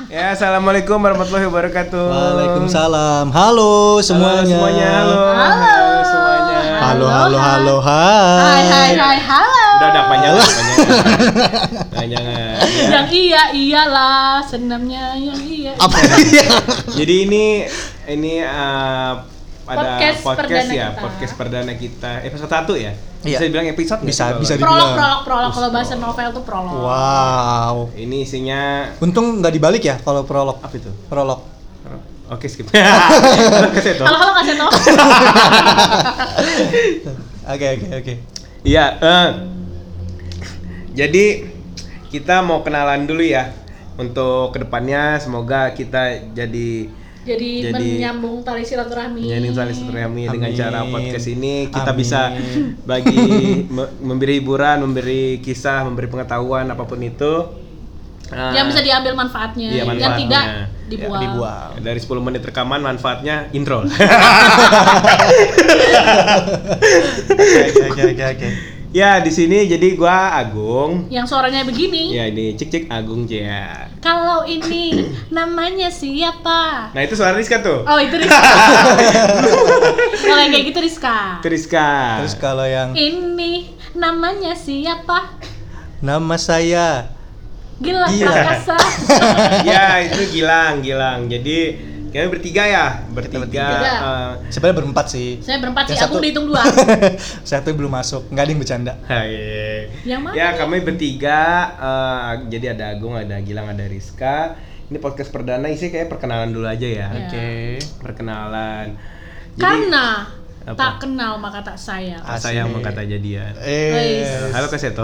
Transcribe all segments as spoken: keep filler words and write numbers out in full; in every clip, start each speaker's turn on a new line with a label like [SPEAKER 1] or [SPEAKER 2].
[SPEAKER 1] Ya, assalamualaikum warahmatullahi wabarakatuh.
[SPEAKER 2] Waalaikumsalam. Halo semuanya.
[SPEAKER 1] Halo semuanya. Halo.
[SPEAKER 3] Halo.
[SPEAKER 1] Halo semuanya.
[SPEAKER 2] Halo halo halo hai.
[SPEAKER 3] Hai hai hai halo.
[SPEAKER 1] Udah udah panjang lah, panjang. Panjang. Ya.
[SPEAKER 3] Yang iya iyalah, senamnya yang iya.
[SPEAKER 2] Apa iya?
[SPEAKER 1] Jadi ini ini uh, ada
[SPEAKER 3] Podcast
[SPEAKER 1] podcast,
[SPEAKER 3] perdana
[SPEAKER 1] ya,
[SPEAKER 3] kita.
[SPEAKER 1] podcast perdana kita episode satu ya.
[SPEAKER 2] Iya.
[SPEAKER 1] Bisa dibilang episode nggak
[SPEAKER 2] Bisa
[SPEAKER 1] sih,
[SPEAKER 2] bisa
[SPEAKER 1] kalau-
[SPEAKER 2] dibilang.
[SPEAKER 3] Prolog prolog prolog kalau bahasa novel tuh prolog.
[SPEAKER 2] Wow.
[SPEAKER 1] Ini isinya
[SPEAKER 2] Untung nggak dibalik ya kalau prolog.
[SPEAKER 1] apa itu?
[SPEAKER 2] Prolog.
[SPEAKER 1] Oke, skip. Oke, itu.
[SPEAKER 3] Halo halo kasih tau.
[SPEAKER 2] Oke oke oke.
[SPEAKER 1] Iya, eh, jadi kita mau kenalan dulu ya. Untuk kedepannya semoga kita jadi
[SPEAKER 3] Jadi,
[SPEAKER 1] Jadi-
[SPEAKER 3] menyambung tali silaturahmi.
[SPEAKER 1] menjalin tali silaturahmi dengan
[SPEAKER 2] Amin.
[SPEAKER 1] cara podcast ini kita
[SPEAKER 2] Amin.
[SPEAKER 1] bisa bagi me- memberi hiburan, memberi kisah, memberi pengetahuan apapun itu. Eh,
[SPEAKER 3] Yang bisa diambil manfaatnya,
[SPEAKER 1] Iya,
[SPEAKER 3] yang
[SPEAKER 1] manfaatnya.
[SPEAKER 3] tidak
[SPEAKER 1] Ya,
[SPEAKER 3] dibuang.
[SPEAKER 2] Dibuang.
[SPEAKER 1] dari sepuluh menit rekaman manfaatnya intro.
[SPEAKER 2] Oke oke oke oke.
[SPEAKER 1] Ya, di sini jadi gua Agung.
[SPEAKER 3] Yang suaranya begini.
[SPEAKER 1] Ya, ini Cik Cik Agung Jaya.
[SPEAKER 3] Kalau ini namanya siapa?
[SPEAKER 1] Nah, itu suara Rizka tuh.
[SPEAKER 3] Oh itu Rizka. Kalau yang kayak gitu Rizka.
[SPEAKER 1] Itu Rizka.
[SPEAKER 2] Terus kalau yang
[SPEAKER 3] Ini namanya siapa?
[SPEAKER 2] nama saya
[SPEAKER 3] Gilang
[SPEAKER 2] Gila.
[SPEAKER 3] Prakasa.
[SPEAKER 1] Ya, itu Gilang, Gilang. Jadi kami bertiga ya, bertiga.
[SPEAKER 3] bertiga.
[SPEAKER 1] eh,
[SPEAKER 2] sebenarnya berempat sih.
[SPEAKER 3] Saya berempat sih,
[SPEAKER 2] Yang
[SPEAKER 3] aku
[SPEAKER 2] satu-
[SPEAKER 3] dihitung dua.
[SPEAKER 2] Satu belum masuk, nggak ada yang bercanda.
[SPEAKER 1] Hai.
[SPEAKER 3] Yang mana?
[SPEAKER 1] Ya, kami bertiga, eh, jadi ada Agung, ada Gilang, ada Rizka. Ini podcast perdana, isi kayak perkenalan dulu aja ya.
[SPEAKER 3] Ya.
[SPEAKER 2] Oke.
[SPEAKER 1] Perkenalan. Jadi,
[SPEAKER 3] Karena
[SPEAKER 1] Apa?
[SPEAKER 3] tak kenal maka tak sayang.
[SPEAKER 1] saya yang mengkata jadian.
[SPEAKER 2] Eh.
[SPEAKER 3] Guys.
[SPEAKER 1] Halo Keseto.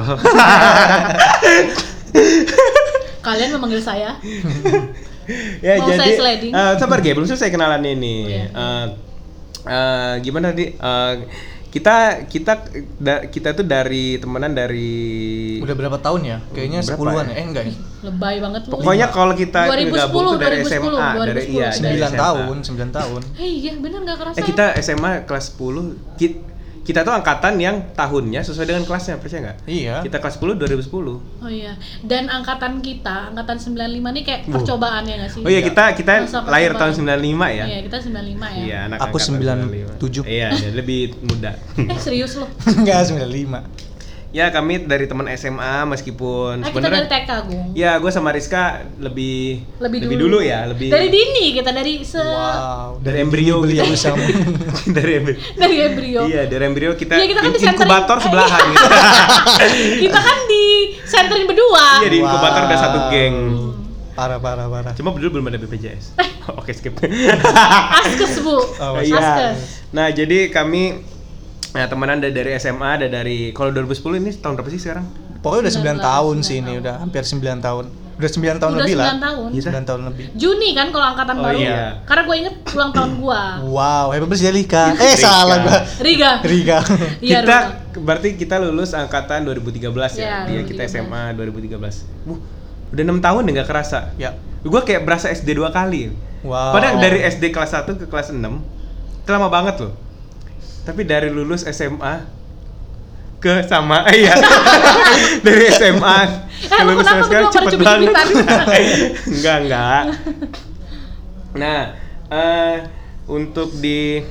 [SPEAKER 3] Kalian memanggil saya?
[SPEAKER 1] Ya,
[SPEAKER 3] Mau
[SPEAKER 1] jadi
[SPEAKER 3] saya sliding?
[SPEAKER 1] eh, sabar Ge, belum selesai kenalan ini.
[SPEAKER 3] Oh, iya.
[SPEAKER 1] Eh, eh, gimana tadi? Eh, kita kita da- kita tuh dari temenan dari
[SPEAKER 2] Udah berapa tahun ya? Kayaknya
[SPEAKER 1] Berapa
[SPEAKER 2] sepuluhan
[SPEAKER 1] ya?
[SPEAKER 2] ya? Eh enggak ya?
[SPEAKER 3] Lebay banget lu.
[SPEAKER 1] pokoknya kalau kita
[SPEAKER 3] dua ribu sepuluh,
[SPEAKER 1] ngegabung tuh dari
[SPEAKER 3] dua ribu sepuluh,
[SPEAKER 1] S M A,
[SPEAKER 3] dua ribu
[SPEAKER 1] dari
[SPEAKER 3] sepuluh.
[SPEAKER 1] iya, dari
[SPEAKER 2] sembilan
[SPEAKER 1] S M A.
[SPEAKER 2] tahun, sembilan tahun.
[SPEAKER 3] Hei iya bener gak kerasa
[SPEAKER 1] Eh kita S M A kelas sepuluh, ki- kita tuh angkatan yang tahunnya sesuai dengan kelasnya, percaya nggak?
[SPEAKER 2] Iya.
[SPEAKER 1] Kita kelas sepuluh dua ribu sepuluh.
[SPEAKER 3] Oh iya. Dan angkatan kita, angkatan sembilan puluh lima nih kayak
[SPEAKER 1] Wuh.
[SPEAKER 3] percobaan ya gak sih?
[SPEAKER 1] Oh iya, kita kita
[SPEAKER 3] Masa
[SPEAKER 1] lahir
[SPEAKER 3] percobaan.
[SPEAKER 1] tahun sembilan puluh lima ya.
[SPEAKER 3] Iya kita sembilan puluh lima ya.
[SPEAKER 1] Iya, anak
[SPEAKER 2] Aku
[SPEAKER 1] angkatan
[SPEAKER 2] sembilan puluh tujuh.
[SPEAKER 1] Iya, iya, lebih muda.
[SPEAKER 3] Eh serius loh.
[SPEAKER 2] Enggak, sembilan puluh lima.
[SPEAKER 1] Ya, kami dari teman S M A meskipun
[SPEAKER 3] Nah kita dari
[SPEAKER 1] sebenarnya
[SPEAKER 3] T K Gung.
[SPEAKER 1] ya gue sama Rizka lebih
[SPEAKER 3] Lebih,
[SPEAKER 1] dulu. ya, lebih
[SPEAKER 3] Dari dini kita dari se
[SPEAKER 2] Wow,
[SPEAKER 1] dari embrio
[SPEAKER 2] beliau
[SPEAKER 1] gitu.
[SPEAKER 2] bersama.
[SPEAKER 1] dari embrio.
[SPEAKER 3] dari embrio.
[SPEAKER 1] Iya, dari embrio kita,
[SPEAKER 3] Iya, kita kan
[SPEAKER 1] in-
[SPEAKER 3] disenterin.
[SPEAKER 1] inkubator sebelahan gitu.
[SPEAKER 3] Kita kan di senterin berdua.
[SPEAKER 1] Iya, di inkubator udah satu geng.
[SPEAKER 2] Parah parah parah.
[SPEAKER 1] Cuma dulu belum ada B P J S. Oke, skip.
[SPEAKER 3] Askes bu.
[SPEAKER 2] Oh,
[SPEAKER 1] Iya.
[SPEAKER 3] Askes.
[SPEAKER 1] Nah, jadi kami nah, temenan ada dari S M A, ada dari kalau dua ribu sepuluh ini tahun berapa sih sekarang?
[SPEAKER 2] Pokoknya udah sembilan
[SPEAKER 3] sembilan
[SPEAKER 2] tahun
[SPEAKER 3] tahun,
[SPEAKER 2] sih ini,
[SPEAKER 3] sembilan
[SPEAKER 2] udah hampir sembilan tahun. Udah sembilan tahun
[SPEAKER 3] Udah
[SPEAKER 2] lebih lah.
[SPEAKER 3] sembilan tahun.
[SPEAKER 1] Iya.
[SPEAKER 2] sembilan tahun lebih.
[SPEAKER 3] Juni kan kalau angkatan
[SPEAKER 1] Oh,
[SPEAKER 3] baru.
[SPEAKER 1] iya.
[SPEAKER 3] Karena gue inget ulang tahun gua.
[SPEAKER 2] Wow, happy birthday Lika. Eh
[SPEAKER 1] Rika.
[SPEAKER 2] salah gua.
[SPEAKER 3] Riga.
[SPEAKER 2] Rika.
[SPEAKER 3] Iya,
[SPEAKER 1] Kita
[SPEAKER 3] Rika.
[SPEAKER 1] berarti kita lulus angkatan dua ribu tiga belas ya.
[SPEAKER 3] Iya,
[SPEAKER 1] Dia kita S
[SPEAKER 3] dua ribu tiga belas.
[SPEAKER 1] M A dua ribu tiga belas. Wuh, udah enam tahun ya nggak kerasa.
[SPEAKER 2] Ya.
[SPEAKER 1] Gua kayak berasa S D dua kali.
[SPEAKER 2] Wow.
[SPEAKER 1] Padahal dari S D kelas satu ke kelas enam itu lama banget loh. Tapi dari lulus S M A ke sama eh, iya. Dari S M A ke
[SPEAKER 3] Eh, lu
[SPEAKER 1] lulus
[SPEAKER 3] kenapa
[SPEAKER 1] sekarang
[SPEAKER 3] berdua pada
[SPEAKER 1] cepet banget.
[SPEAKER 3] cubit-cubitan?
[SPEAKER 1] Enggak, enggak. Nah, eh untuk di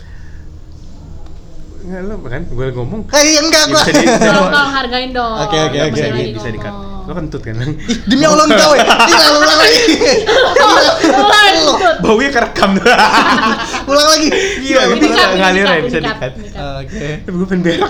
[SPEAKER 1] Enggak lu kan gue ngomong.
[SPEAKER 2] Eh enggak
[SPEAKER 1] Ya,
[SPEAKER 2] gua.
[SPEAKER 1] bisa di-
[SPEAKER 3] Tolong tolong hargain dong.
[SPEAKER 2] Oke, oke,
[SPEAKER 1] Enggak,
[SPEAKER 2] oke,
[SPEAKER 1] bisa
[SPEAKER 2] oke.
[SPEAKER 1] di, bisa dikat. Lo kentut kan, Lang?
[SPEAKER 2] Ih, demi Allah engkau ya. Gila, ulang lagi.
[SPEAKER 3] Lanjut.
[SPEAKER 1] Baunya kerekam.
[SPEAKER 2] Ulang lagi.
[SPEAKER 1] Gila,
[SPEAKER 3] Ini
[SPEAKER 1] itu
[SPEAKER 3] cut,
[SPEAKER 1] ngalir
[SPEAKER 3] ini
[SPEAKER 1] ya,
[SPEAKER 3] cut,
[SPEAKER 1] bisa
[SPEAKER 3] ini cut,
[SPEAKER 1] dikat.
[SPEAKER 3] ini cut.
[SPEAKER 2] Oke.
[SPEAKER 1] Tapi gue pengen berak.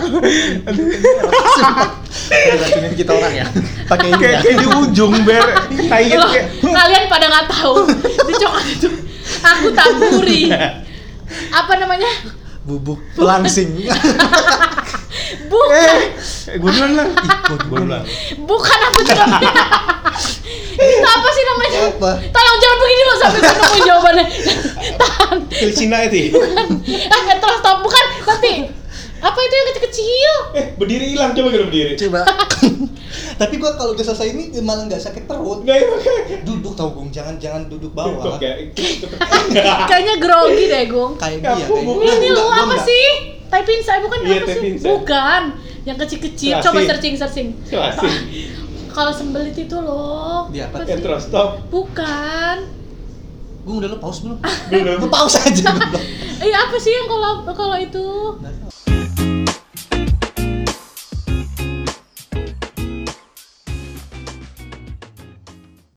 [SPEAKER 2] Racunnya kita orang ya. Pakai ini
[SPEAKER 1] Kayak
[SPEAKER 2] ya.
[SPEAKER 1] kayak di ujung ber. Kayak
[SPEAKER 3] Loh,
[SPEAKER 1] kayak
[SPEAKER 3] kalian pada nggak tahu di coklat itu aku taburi apa namanya
[SPEAKER 2] Bubuk pelangsing.
[SPEAKER 3] bukan
[SPEAKER 1] Eh, gue duluan lah. Gue duluan.
[SPEAKER 3] bukan apa sih namanya itu apa sih namanya
[SPEAKER 2] Apa?
[SPEAKER 3] tolong jangan begini loh sampai gue nemuin jawabannya tahan
[SPEAKER 1] Pil Cina itu.
[SPEAKER 3] ah nggak terus stop bukan nanti apa itu yang kecil-kecil
[SPEAKER 1] Eh, berdiri hilang, coba kita berdiri.
[SPEAKER 2] Coba. Tapi gua kalau udah selesai ini malah nggak sakit perut.
[SPEAKER 1] Enggak, ya.
[SPEAKER 2] Duduk tau Gung, jangan jangan duduk bawah.
[SPEAKER 3] kayaknya grogi deh Gung
[SPEAKER 2] Kayak
[SPEAKER 1] Ya,
[SPEAKER 2] dia
[SPEAKER 1] aku
[SPEAKER 2] kayak.
[SPEAKER 1] mau-
[SPEAKER 3] ini
[SPEAKER 2] Enggak,
[SPEAKER 3] lo
[SPEAKER 2] gua
[SPEAKER 3] apa
[SPEAKER 2] enggak.
[SPEAKER 3] sih Taipin saya bukan
[SPEAKER 1] Iya,
[SPEAKER 3] apa sih
[SPEAKER 1] Taipin saya.
[SPEAKER 3] bukan yang kecil-kecil
[SPEAKER 1] Selasih.
[SPEAKER 3] coba searching searching
[SPEAKER 1] Selasih.
[SPEAKER 3] kalau sembelit itu loh.
[SPEAKER 2] Di apa?
[SPEAKER 3] Apa sih?
[SPEAKER 1] Intro stop.
[SPEAKER 3] Bukan.
[SPEAKER 2] Gue udah lo pause belum?
[SPEAKER 1] Belum.
[SPEAKER 2] Gue pause aja.
[SPEAKER 3] Eh apa sih yang kalau kalau itu?
[SPEAKER 2] Nggak tahu.